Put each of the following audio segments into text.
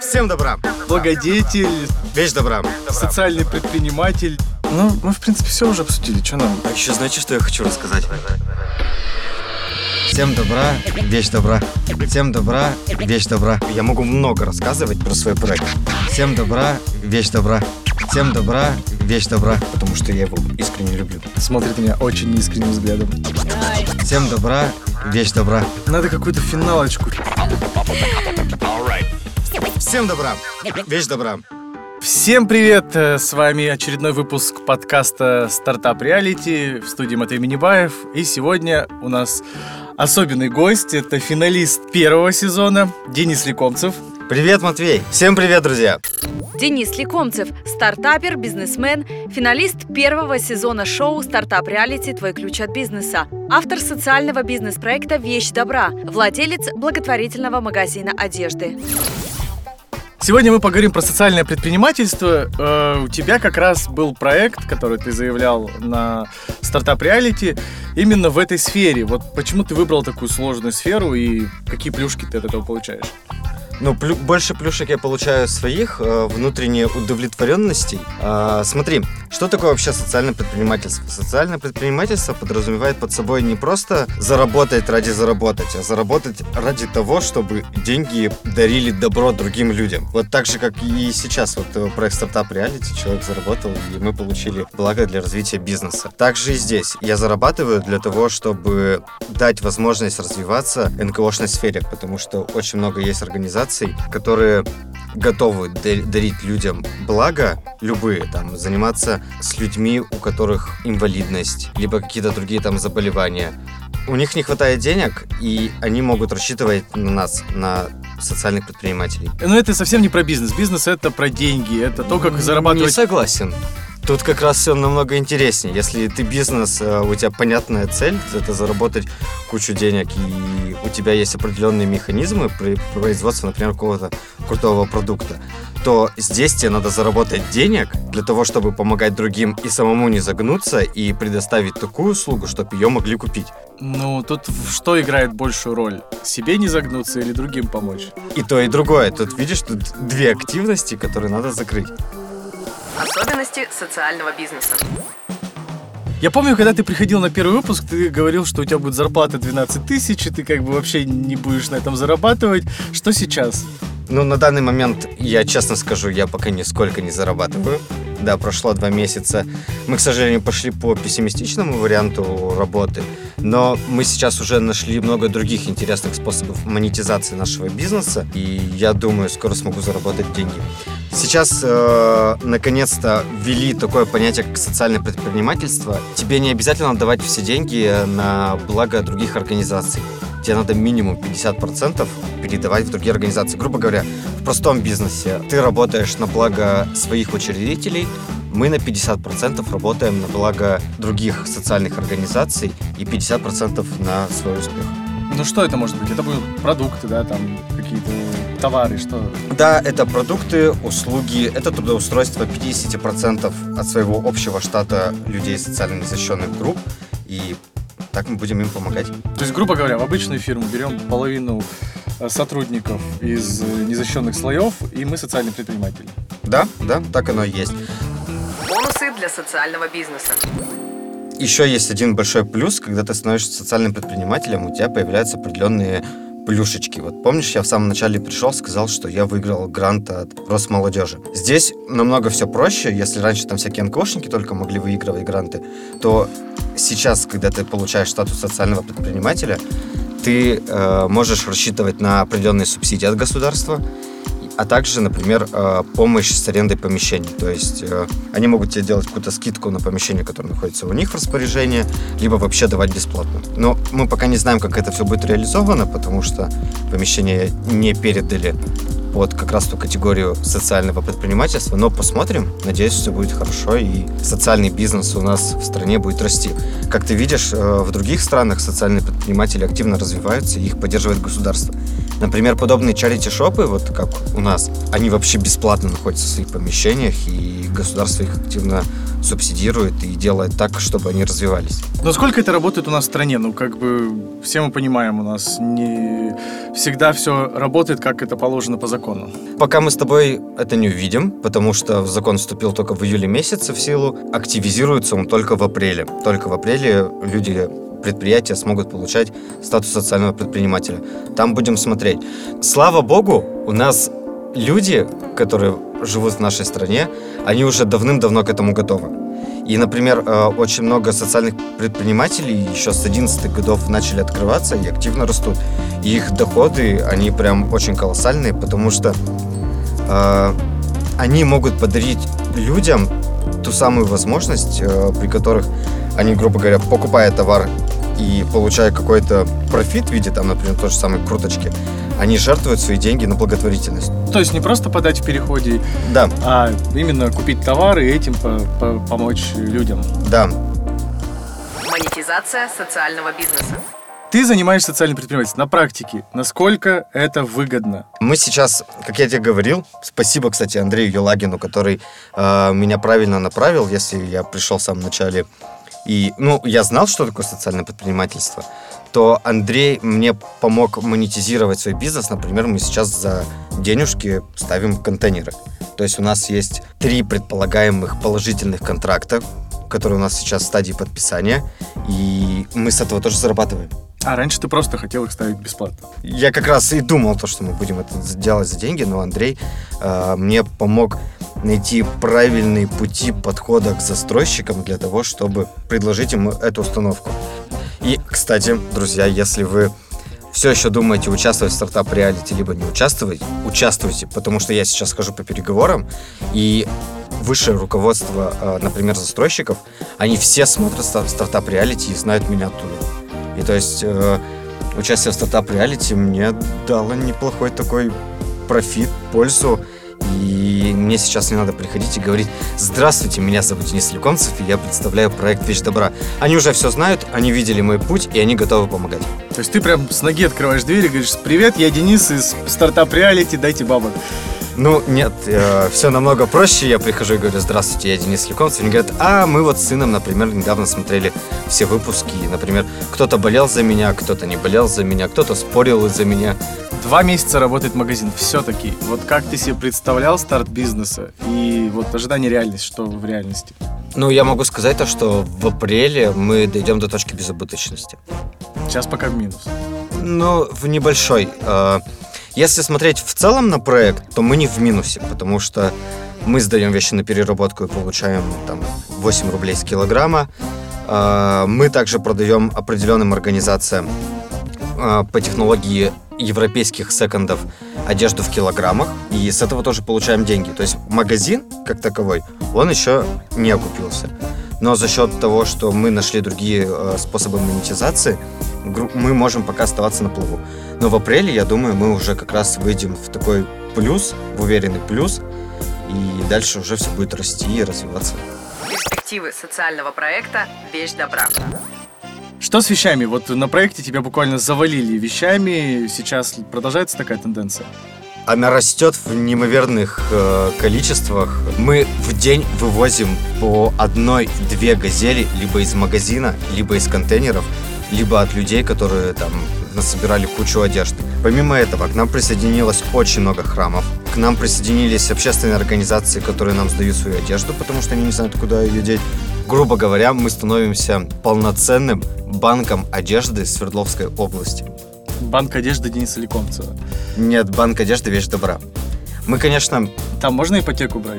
Всем добра. Благодетель, Вещь добра. социальный предприниматель. Ну, мы, в принципе, все уже обсудили, что нам? А еще знаете, что я хочу рассказать? Всем добра, вещь добра. Всем добра, вещь добра. Я могу много рассказывать про свой проект. Всем добра, вещь добра. Всем добра, вещь добра. Потому что я его искренне люблю. Смотрит меня очень неискренним взглядом. Всем добра, вещь добра. Надо какую-то финалочку. Всем добра, вещь добра. Всем привет! С вами очередной выпуск подкаста «Стартап Реалити». В студии Матвей Минибаев. И сегодня у нас особенный гость. Это финалист первого сезона Денис Лекомцев. Привет, Матвей. Всем привет, друзья. Денис Лекомцев – стартапер, бизнесмен, финалист первого сезона шоу «Стартап Реалити. Твой ключ от бизнеса», автор социального бизнес-проекта «Вещь добра», владелец благотворительного магазина одежды. Сегодня мы поговорим про социальное предпринимательство. У тебя как раз был проект, который ты заявлял на Стартап Реалити, именно в этой сфере. Вот почему ты выбрал такую сложную сферу и какие плюшки ты от этого получаешь? Ну, больше плюшек я получаю своих, внутренней удовлетворенности. Смотри, что такое вообще социальное предпринимательство? Социальное предпринимательство подразумевает под собой не просто заработать ради заработать, а заработать ради того, чтобы деньги дарили добро другим людям. Вот так же, как и сейчас, вот проект Startup Reality, человек заработал, и мы получили благо для развития бизнеса. Также и здесь. Я зарабатываю для того, чтобы дать возможность развиваться в НКОшной сфере, потому что очень много есть организаций, которые готовы дарить людям благо, любые, там, заниматься с людьми, у которых инвалидность, либо какие-то другие там заболевания. У них не хватает денег, и они могут рассчитывать на нас, на социальных предпринимателей. Но это совсем не про бизнес. Бизнес — это про деньги, это то, как зарабатывать... Не согласен. Тут как раз все намного интереснее. Если ты бизнес, у тебя понятная цель, это заработать кучу денег, и у тебя есть определенные механизмы при производстве, например, какого-то крутого продукта, то здесь тебе надо заработать денег для того, чтобы помогать другим и самому не загнуться, и предоставить такую услугу, чтобы ее могли купить. Ну, тут что играет большую роль? Себе не загнуться или другим помочь? И то, и другое. Тут, видишь, тут две активности, которые надо закрыть. Особенности социального бизнеса. Я помню, когда ты приходил на первый выпуск, ты говорил, что у тебя будет зарплата 12 тысяч, и ты как бы вообще не будешь на этом зарабатывать. Что сейчас? Ну, на данный момент, я честно скажу, я пока нисколько не зарабатываю. Да, прошло 2 месяца. Мы, к сожалению, пошли по пессимистичному варианту работы, но мы сейчас уже нашли много других интересных способов монетизации нашего бизнеса, и я думаю, скоро смогу заработать деньги. Сейчас, наконец-то, ввели такое понятие, как социальное предпринимательство. Тебе не обязательно давать все деньги на благо других организаций. Тебе надо минимум 50% передавать в другие организации. Грубо говоря, в простом бизнесе ты работаешь на благо своих учредителей, мы на 50% работаем на благо других социальных организаций и 50% на свой успех. Ну что это может быть? Это будут продукты, да, там какие-то товары, что? Да, это продукты, услуги, это трудоустройство 50% от своего общего штата людей социально незащищенных групп, и так мы будем им помогать. То есть, грубо говоря, в обычную фирму берем половину сотрудников из незащищенных слоев, и мы социальные предприниматели. Да, так оно и есть. Бонусы для социального бизнеса. Еще есть один большой плюс, когда ты становишься социальным предпринимателем, у тебя появляются определенные плюшечки. Вот помнишь, я в самом начале пришел, сказал, что я выиграл грант от Росмолодежи. Здесь намного все проще. Если раньше там всякие НКОшники только могли выигрывать гранты, то сейчас, когда ты получаешь статус социального предпринимателя, ты можешь рассчитывать на определенные субсидии от государства, а также, например, помощь с арендой помещений. То есть они могут тебе делать какую-то скидку на помещение, которое находится у них в распоряжении, либо вообще давать бесплатно. Но мы пока не знаем, как это все будет реализовано, потому что помещение не передали под как раз ту категорию социального предпринимательства, но посмотрим. Надеюсь, все будет хорошо, и социальный бизнес у нас в стране будет расти. Как ты видишь, в других странах социальные предприниматели активно развиваются, и их поддерживает государство. Например, подобные чарити-шопы, вот как у нас, они вообще бесплатно находятся в своих помещениях, и государство их активно субсидирует и делает так, чтобы они развивались. Но сколько это работает у нас в стране? Все мы понимаем, у нас не всегда все работает, как это положено по закону. Пока мы с тобой это не увидим, потому что в закон вступил только в июле месяце в силу, активизируется он только в апреле. Только в апреле предприятия смогут получать статус социального предпринимателя. Там будем смотреть. Слава богу, у нас люди, которые живут в нашей стране, они уже давным-давно к этому готовы. И, например, очень много социальных предпринимателей еще с 11-х годов начали открываться и активно растут. И их доходы, они прям очень колоссальные, потому что они могут подарить людям ту самую возможность, при которых они, грубо говоря, покупая товар и получая какой-то профит в виде, там, например, той же самой круточки, они жертвуют свои деньги на благотворительность. То есть не просто подать в переходе, да, а именно купить товар и этим помочь людям. Да. Монетизация социального бизнеса. Ты занимаешься социальным предпринимательством. На практике, насколько это выгодно? Мы сейчас, как я тебе говорил, спасибо, кстати, Андрею Елагину, который меня правильно направил, если я пришел в самом начале. И, я знал, что такое социальное предпринимательство, то Андрей мне помог монетизировать свой бизнес. Например, мы сейчас за денежки ставим контейнеры. То есть у нас есть 3 предполагаемых положительных контракта, которые у нас сейчас в стадии подписания, и мы с этого тоже зарабатываем. А раньше ты просто хотел их ставить бесплатно. Я как раз и думал, что мы будем это делать за деньги, но Андрей мне помог найти правильные пути подхода к застройщикам для того, чтобы предложить им эту установку. И, кстати, друзья, если вы все еще думаете участвовать в стартап-реалити, либо не участвовать, участвуйте, потому что я сейчас хожу по переговорам, и высшее руководство, например, застройщиков, они все смотрят стартап-реалити и знают меня оттуда. И то есть участие в стартап-реалити мне дало неплохой такой профит, пользу. И мне сейчас не надо приходить и говорить: здравствуйте, меня зовут Денис Лекомцев, и я представляю проект «Вещь добра». Они уже все знают, они видели мой путь, и они готовы помогать. То есть ты прям с ноги открываешь дверь и говоришь: привет, я Денис из стартап-реалити, дайте бабок. Нет, все намного проще. Я прихожу и говорю: здравствуйте, я Денис Лекомцев. Они говорят: мы вот с сыном, например, недавно смотрели все выпуски. Например, кто-то болел за меня, кто-то не болел за меня, кто-то спорил из-за меня. 2 месяца работает магазин. Все-таки, вот как ты себе представлял старт бизнеса и вот ожидание реальность, что в реальности? Я могу сказать то, что в апреле мы дойдем до точки безубыточности. Сейчас пока в минус. В небольшой. Если смотреть в целом на проект, то мы не в минусе, потому что мы сдаем вещи на переработку и получаем 8 рублей с килограмма. Мы также продаем определенным организациям по технологии европейских секондов одежду в килограммах, и с этого тоже получаем деньги. То есть магазин, как таковой, он еще не окупился. Но за счет того, что мы нашли другие способы монетизации, мы можем пока оставаться на плаву. Но в апреле, я думаю, мы уже как раз выйдем в такой плюс, в уверенный плюс, и дальше уже все будет расти и развиваться. Перспективы социального проекта «Вещь добра». Что с вещами? Вот на проекте тебя буквально завалили вещами. Сейчас продолжается такая тенденция? Она растет в неимоверных количествах. Мы в день вывозим по 1-2 газели либо из магазина, либо из контейнеров, либо от людей, которые насобирали кучу одежды. Помимо этого, к нам присоединилось очень много храмов. К нам присоединились общественные организации, которые нам сдают свою одежду, потому что они не знают, куда ее деть. Грубо говоря, мы становимся полноценным банком одежды Свердловской области. Банк одежды Дениса Лекомцева. Нет, банк одежды «Вещь добра». Мы, конечно... Там можно ипотеку брать?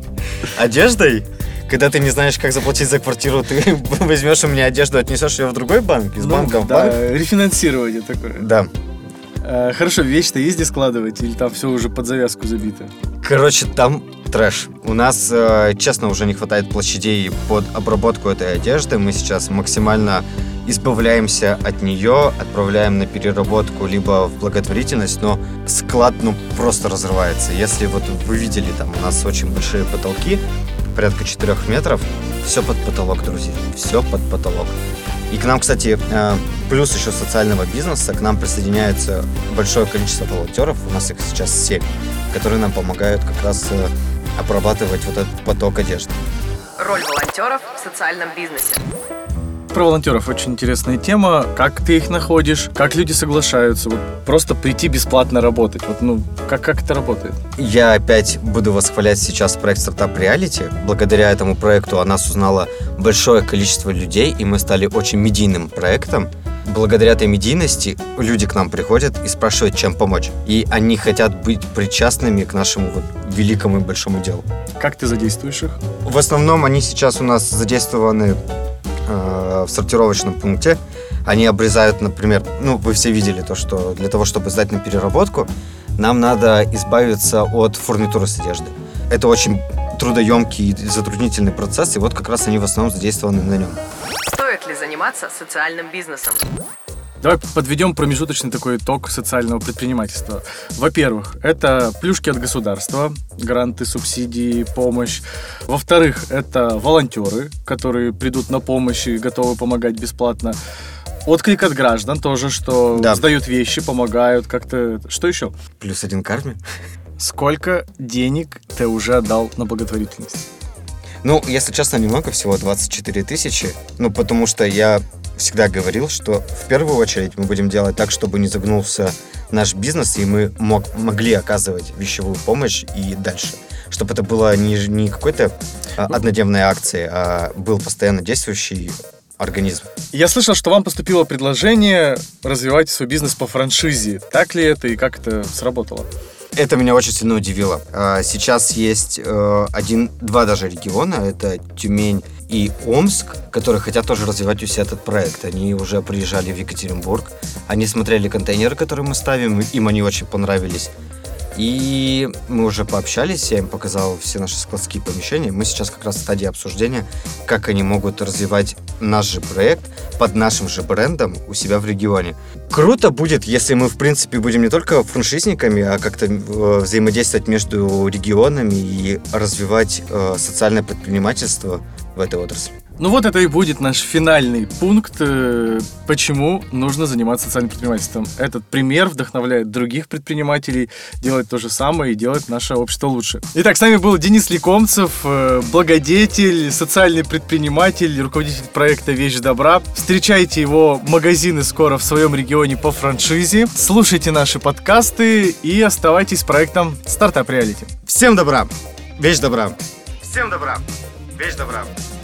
Одеждой? Когда ты не знаешь, как заплатить за квартиру, ты возьмешь у меня одежду, отнесешь ее в другой банк, из банка в банк? Да, рефинансирование такое. Да. Хорошо, вещь-то есть где складывать, или там все уже под завязку забито? Короче, там трэш. У нас, честно, уже не хватает площадей под обработку этой одежды. Мы сейчас максимально избавляемся от нее, отправляем на переработку либо в благотворительность, но склад просто разрывается. Если вот вы видели, у нас очень большие потолки, порядка 4 метров, все под потолок, друзья, все под потолок. И к нам, кстати, плюс еще социального бизнеса, к нам присоединяется большое количество волонтеров, у нас их сейчас 7, которые нам помогают как раз обрабатывать вот этот поток одежды. Роль волонтеров в социальном бизнесе. Про волонтеров очень интересная тема. Как ты их находишь? Как люди соглашаются? Вот просто прийти бесплатно работать. Вот, как это работает? Я опять буду восхвалять сейчас проект Startup Reality. Благодаря этому проекту о нас узнало большое количество людей, и мы стали очень медийным проектом. Благодаря этой медийности люди к нам приходят и спрашивают, чем помочь. И они хотят быть причастными к нашему великому и большому делу. Как ты задействуешь их? В основном они сейчас у нас задействованы в сортировочном пункте. Они обрезают, например, вы все видели то, что для того, чтобы сдать на переработку, нам надо избавиться от фурнитуры с одежды. Это очень трудоемкий и затруднительный процесс, и вот как раз они в основном задействованы на нем. Стоит ли заниматься социальным бизнесом? Давай подведем промежуточный такой итог социального предпринимательства. Во-первых, это плюшки от государства, гранты, субсидии, помощь. Во-вторых, это волонтеры, которые придут на помощь и готовы помогать бесплатно. Отклик от граждан тоже, что сдают вещи, помогают как-то. Что еще? +1 к армии. Сколько денег ты уже отдал на благотворительность? Если честно, немного, всего 24 тысячи. Потому что я всегда говорил, что в первую очередь мы будем делать так, чтобы не загнулся наш бизнес, и мы могли оказывать вещевую помощь и дальше. Чтобы это было не какой-то однодневной акцией, а был постоянно действующий организм. Я слышал, что вам поступило предложение развивать свой бизнес по франшизе. Так ли это и как это сработало? Это меня очень сильно удивило. Сейчас есть два даже региона, это Тюмень и Омск, которые хотят тоже развивать у себя этот проект. Они уже приезжали в Екатеринбург, они смотрели контейнеры, которые мы ставим, им они очень понравились. И мы уже пообщались, я им показал все наши складские помещения. Мы сейчас как раз в стадии обсуждения, как они могут развивать наш же проект под нашим же брендом у себя в регионе. Круто будет, если мы, в принципе, будем не только франшизниками, а как-то взаимодействовать между регионами и развивать социальное предпринимательство в этой отрасли. Это и будет наш финальный пункт, почему нужно заниматься социальным предпринимательством. Этот пример вдохновляет других предпринимателей делать то же самое и делать наше общество лучше. Итак, с нами был Денис Лекомцев, благодетель, социальный предприниматель, руководитель проекта «Вещь добра». Встречайте его магазины скоро в своем регионе по франшизе. Слушайте наши подкасты и оставайтесь с проектом Startup Reality. Всем добра! Вещь добра! Всем добра! Вещь добра!